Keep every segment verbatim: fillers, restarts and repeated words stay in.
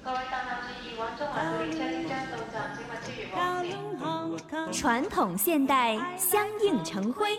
传统现代相映成辉，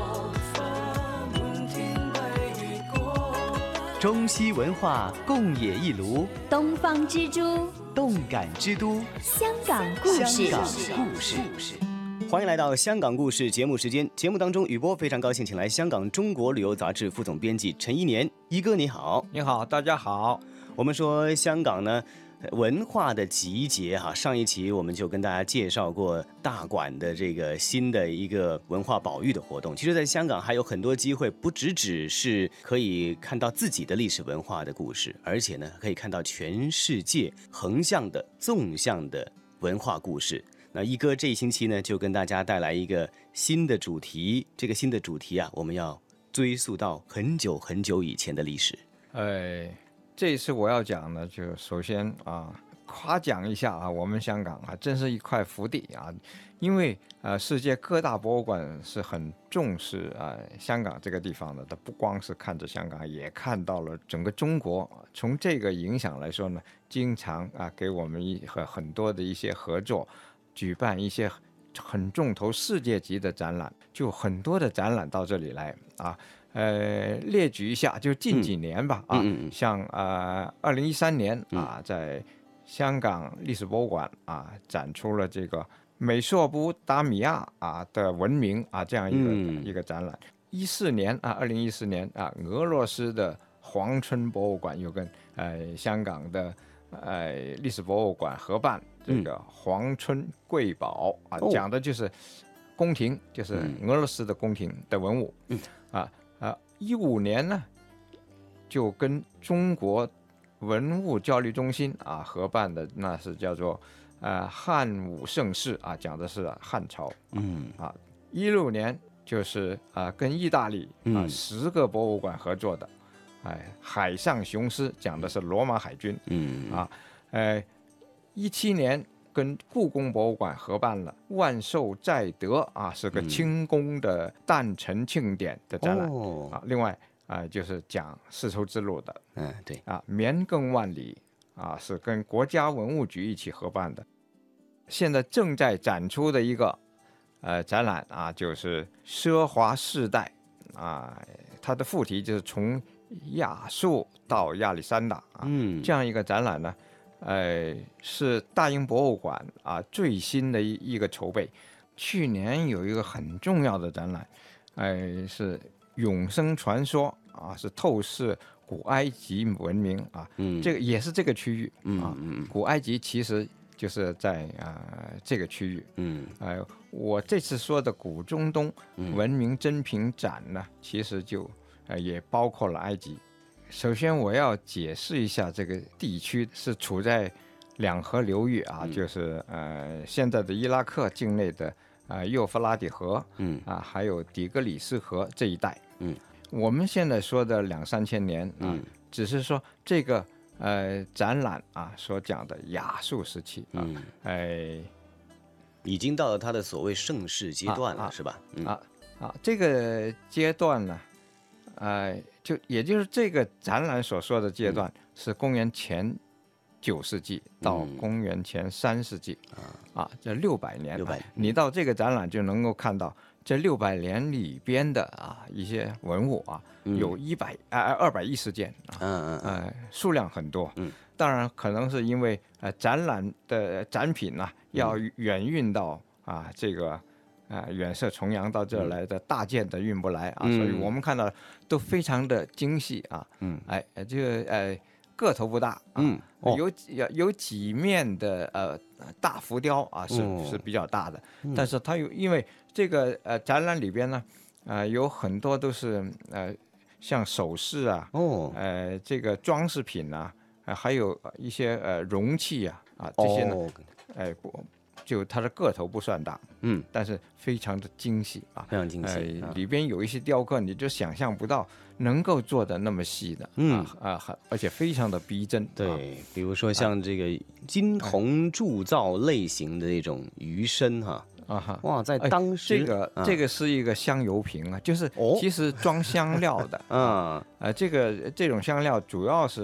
中西文化共冶一炉， 东方之珠， 动感之都， 香港故事。 香港故事。欢迎来到香港故事节目时间。节目当中，雨波非常高兴请来香港中国旅游杂志副总编辑陈一年，一哥你好。 你好，大家好。 我们说香港呢，文化的集结哈，上一期我们就跟大家介绍过大馆的这个新的一个文化保育的活动。其实，在香港还有很多机会，不只只是可以看到自己的历史文化的故事，而且呢，可以看到全世界横向的、纵向的文化故事。那一哥这一星期呢，就跟大家带来一个新的主题。这个新的主题啊，我们要追溯到很久很久以前的历史。 哎，这一次我要讲呢，就首先啊，夸奖一下啊，我们香港啊，真是一块福地啊。因为呃，世界各大博物馆是很重视啊香港这个地方的，它不光是看着香港，也看到了整个中国。从这个影响来说呢，经常啊给我们一很很多的一些合作。举办一些很重头世界级的展览，就很多的展览到这里来啊，呃，列举一下，就近几年吧、嗯、啊，嗯嗯像呃，二零一三年啊，在香港历史博物馆啊展出了这个美索不达米亚啊的文明啊这样一个、嗯、一个展览。一四年啊，二零一四年啊，俄罗斯的黄春博物馆又跟呃香港的呃历史博物馆合办。这个黄春贵宝啊，嗯、讲的就是宫廷，就是俄罗斯的宫廷的文物。嗯、啊啊，一五年呢，就跟中国文物交流中心啊合办的，那是叫做呃汉武盛世啊，讲的是汉朝。嗯啊，一六年就是啊跟意大利啊十个博物馆合作的，哎，海上雄狮讲的是罗马海军。嗯啊，呃。一七年跟故宫博物馆合办了万寿在德啊，是个清宫的诞辰庆典的展览、嗯、啊。另外啊，就是讲丝绸之路的，嗯，对啊，绵亘万里啊，是跟国家文物局一起合办的。现在正在展出的一个呃展览啊，就是奢华世代啊，它的副题就是从亚述到亚历山大啊，嗯，这样一个展览呢。呃，是大英博物馆啊最新的一个筹备。去年有一个很重要的展览，呃，是永生传说啊，是透视古埃及文明啊，嗯，这个也是这个区域啊，嗯，古埃及其实就是在啊、呃、这个区域，嗯，呃，我这次说的古中东文明珍品展呢，其实就呃也包括了埃及。首先我要解释一下，这个地区是处在两河流域啊，嗯、就是呃现在的伊拉克境内的啊、呃、幼发拉底河，嗯啊，还有底格里斯河这一带，嗯，我们现在说的两三千年啊，嗯、只是说这个呃展览啊所讲的亚述时期啊，嗯、哎， 已经到了它的所谓盛世阶段了，啊、是吧？ 嗯、啊啊，这个阶段呢，呃。就也就是这个展览所说的阶段，是公元前九世纪到公元前三世纪，嗯、啊，这六百年。六百，你到这个展览就能够看到这六百年里边的啊一些文物啊，嗯、有一百啊二百一十件啊，嗯嗯呃，数量很多。嗯，当然可能是因为呃展览的展品呢、啊、要远运到啊这个。啊，远涉重洋到这儿来的大件的运不来啊，嗯、所以我们看到都非常的精细啊，嗯，哎，这个呃个头不大，啊、嗯，哦、有有有几面的呃大浮雕啊，是、哦、是比较大的，嗯、但是它有因为这个呃展览里边呢，呃有很多都是呃像首饰啊，哦，呃这个装饰品啊，呃、还有一些呃容器啊啊这些呢，哎、哦、不。就它的个头不算大，嗯，但是非常的精细啊， 非常精细、 呃，里边有一些雕刻，你就想象不到能够做的那么细的，嗯啊啊，而且非常的逼真。 对，啊、比如说像这个金铜铸造类型的那种鱼身哈，啊哈，哇，在当时、 哎、这个、啊、这个是一个香油瓶啊，就是其实装香料的，啊，呃，这个这种香料主要是。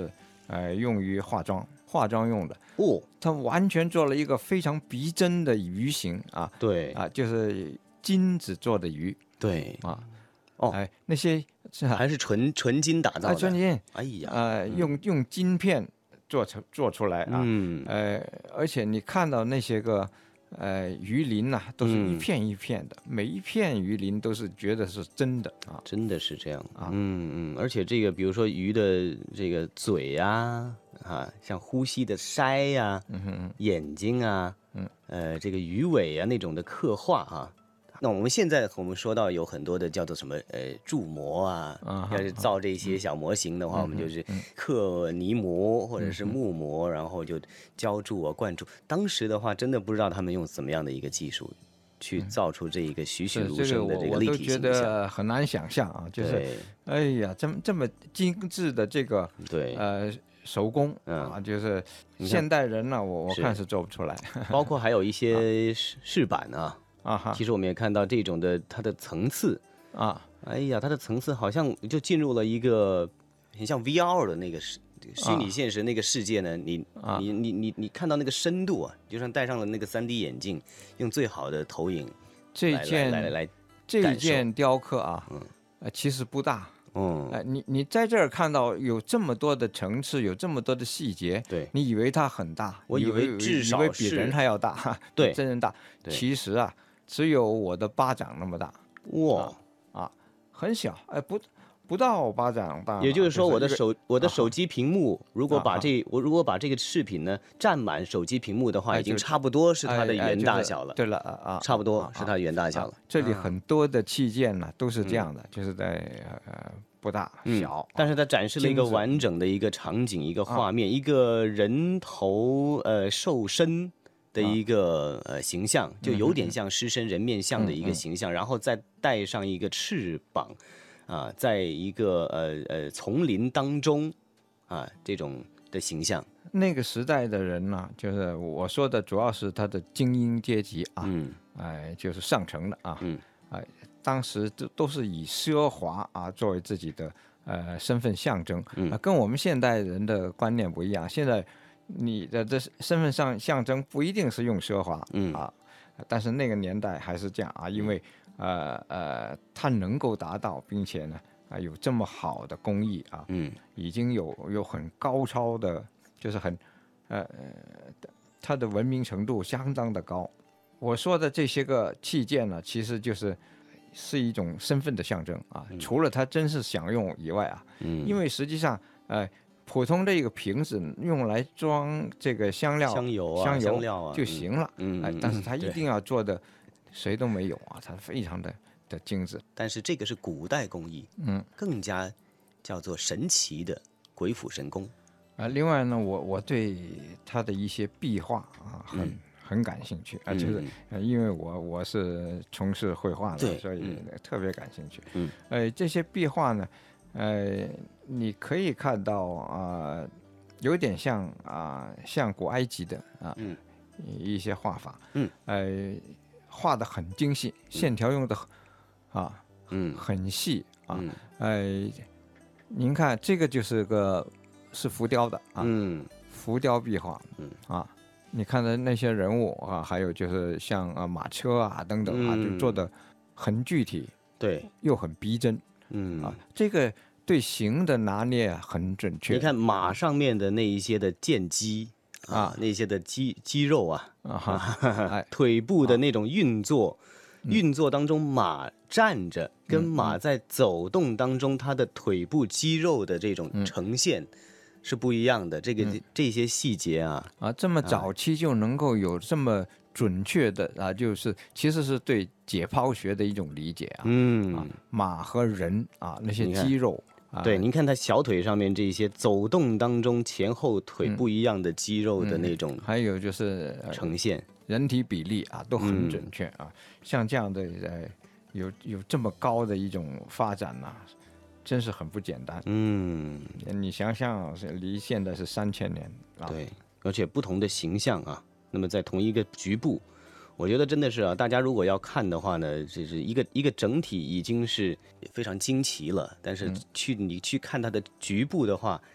呃，用于化妆，化妆用的。 哦， 它完全做了一个非常逼真的鱼形啊， 对啊，就是金子做的鱼对， 啊， 哦哎，那些是啊， 还是纯纯金打造啊， 的。 专业， 哎呀， 呃，用用金片做出做出来啊， 嗯， 呃，而且你看到那些个呃鱼鳞呐、都是一嗯片一片的，每一片鱼鳞都是觉得是真的啊。 真的是这样啊嗯嗯，而且这个比如说鱼的这个嘴呀、啊，像呼吸的鳃呀、 嗯哼嗯眼睛啊， 嗯， 呃，这个鱼尾啊那种的刻画啊。那我们现在我们说到有很多的叫做什么呃铸模啊， 啊哈要是造这些小模型的话，我们就是刻泥模或者是木模，然后就浇铸啊灌注。当时的话，真的不知道他们用怎么样的一个技术去造出这一个栩栩是这个如生的我我都觉这个立体形象。 得很难想象啊，就是对哎呀，这么这么精致的这个对， 呃手工嗯啊，就是你看现代人呢，我我是看是做不出来包括还有一些饰饰板啊， 啊哈其实我们也看到这种的它的层次， 啊。 哎呀，它的层次好像就进入了一个很像 V R 的那个世虚拟现实那个世界呢。你啊你你你你看到那个深度啊，就像戴上了那个 三 D 眼镜，用最好的投影来这件来来来来， 这感受件雕刻啊， 嗯呃，其实不大。 嗯， 哎，你你在这儿看到有这么多的层次，有这么多的细节， 对你以为它很大， 我以为为至少以为比是人还要大，哈对比真人大。 对其实啊，只有我的巴掌那么大， 哇， 很小，哎，不不到巴掌大嘛。 也就是说，我的一个手我的啊手机屏幕，如果把啊这我如果把这个视频呢占满手机屏幕的话，已经哎就差不多是它的原哎哎就是大小了， 对了啊啊， 差不多啊是它的原大小了。 这里啊很多的器件呢都是这样的，就是在呃不大嗯小， 但是它展示了一个精致完整的一个场景，一个画面，一个人头呃瘦身的一个呃形象，就有点像狮身人面像的一个形象，然后再带上一个翅膀，啊，在一个呃呃丛林当中啊这种的形象。 那个时代的人呢，就是我说的，主要是他的精英阶级啊， 嗯哎，就是上层的啊， 嗯哎，当时都都是以奢华啊作为自己的呃身份象征， 嗯啊，跟我们现代人的观念不一样。现在你的这身份上象征不一定是用奢华， 嗯啊，但是那个年代还是这样啊，因为呃呃，它能够达到，并且呢啊有这么好的工艺啊， 嗯已经有有很高超的，就是很呃它的文明程度相当的高。我说的这些个器件呢，其实就是是一种身份的象征啊。除了它真是享用以外啊， 嗯， 因为实际上呃普通的一个瓶子用来装这个香料、 香油啊香油香料啊就行了， 嗯嗯， 哎但是嗯对它一定要做的谁都没有啊，它非常的的精致。 但是这个是古代工艺， 嗯， 更加叫做神奇的鬼斧神工。 啊，另外呢，我我对它的一些壁画啊，很、 嗯很感兴趣啊，就是、 嗯呃因为我我是从事绘画的， 对所以嗯特别感兴趣。 嗯， 呃，这些壁画呢，呃，你可以看到啊、有点像啊、像古埃及的啊、 嗯一些画法， 嗯， 呃，画的很精细，线条用的啊嗯很细啊， 嗯呃，您看这个就是个是浮雕的啊， 嗯浮雕壁画， 嗯啊，你看的那些人物啊，还有就是像啊马车啊等等啊，就嗯做的很具体对， 又很逼真嗯啊，这个对形的拿捏啊很准确。 你看马上面的那一些的剑肌啊啊， 那些的肌肌肉啊， 啊哈，哎， 腿部的那种运作，运作当中马站着跟马在走动当中，它的腿部肌肉的这种呈现是不一样的。这个这些细节啊， 啊，这么早期就能够有这么准确的啊，就是其实是对解剖学的一种理解啊。 嗯啊，马和人啊那些你看肌肉啊， 对，您看他小腿上面这些走动当中前后腿嗯不一样的肌肉的那种还有就是、呃呈现， 人体比例啊都很嗯准确啊，像这样的呃有有这么高的一种发展呐、真是很不简单。 嗯， 你想想，是离现在是三千年啊， 对，而且不同的形象啊，那么在同一个局部，我觉得真的是啊，大家如果要看的话呢，这是一个一个整体已经是非常惊奇了，但是去你去看它的局部的话，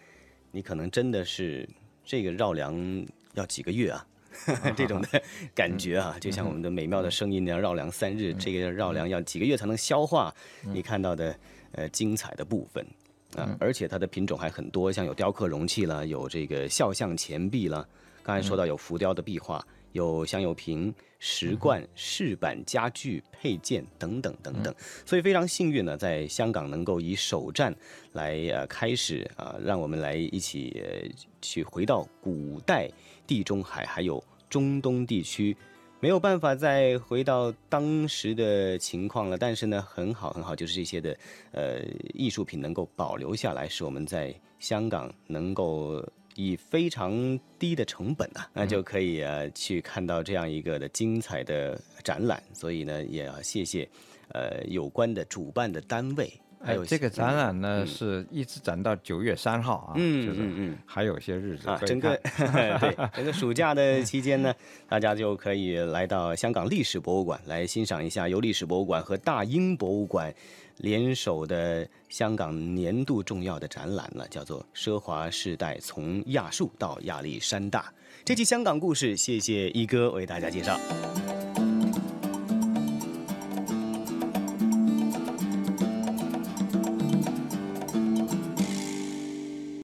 你可能真的是这个绕梁要几个月啊。这种的感觉啊，就像我们的美妙的声音那样，绕梁三日，这个绕梁要几个月才能消化你看到的呃精彩的部分啊，而且它的品种还很多，像有雕刻容器了，有这个肖像钱币了，刚才说到有浮雕的壁画，有香油瓶、石罐、饰板、家具、配件等等等等，所以非常幸运呢，在香港能够以首站来呃开始啊，让我们来一起呃去回到古代地中海还有中东地区。没有办法再回到当时的情况了，但是呢，很好很好，就是这些的呃艺术品能够保留下来，使我们在香港能够以非常低的成本啊，那就可以呃去看到这样一个的精彩的展览。所以呢，也要谢谢呃有关的主办的单位。还有这个展览呢、 嗯、 是一直展到九月三号啊， 嗯就是嗯嗯， 还有些日子啊， 可以整个看对整个暑假的期间呢，大家就可以来到香港历史博物馆来欣赏一下由历史博物馆和大英博物馆联手的香港年度重要的展览了，叫做《奢华世代：从亚述到亚历山大》。这期香港故事，谢谢一哥为大家介绍。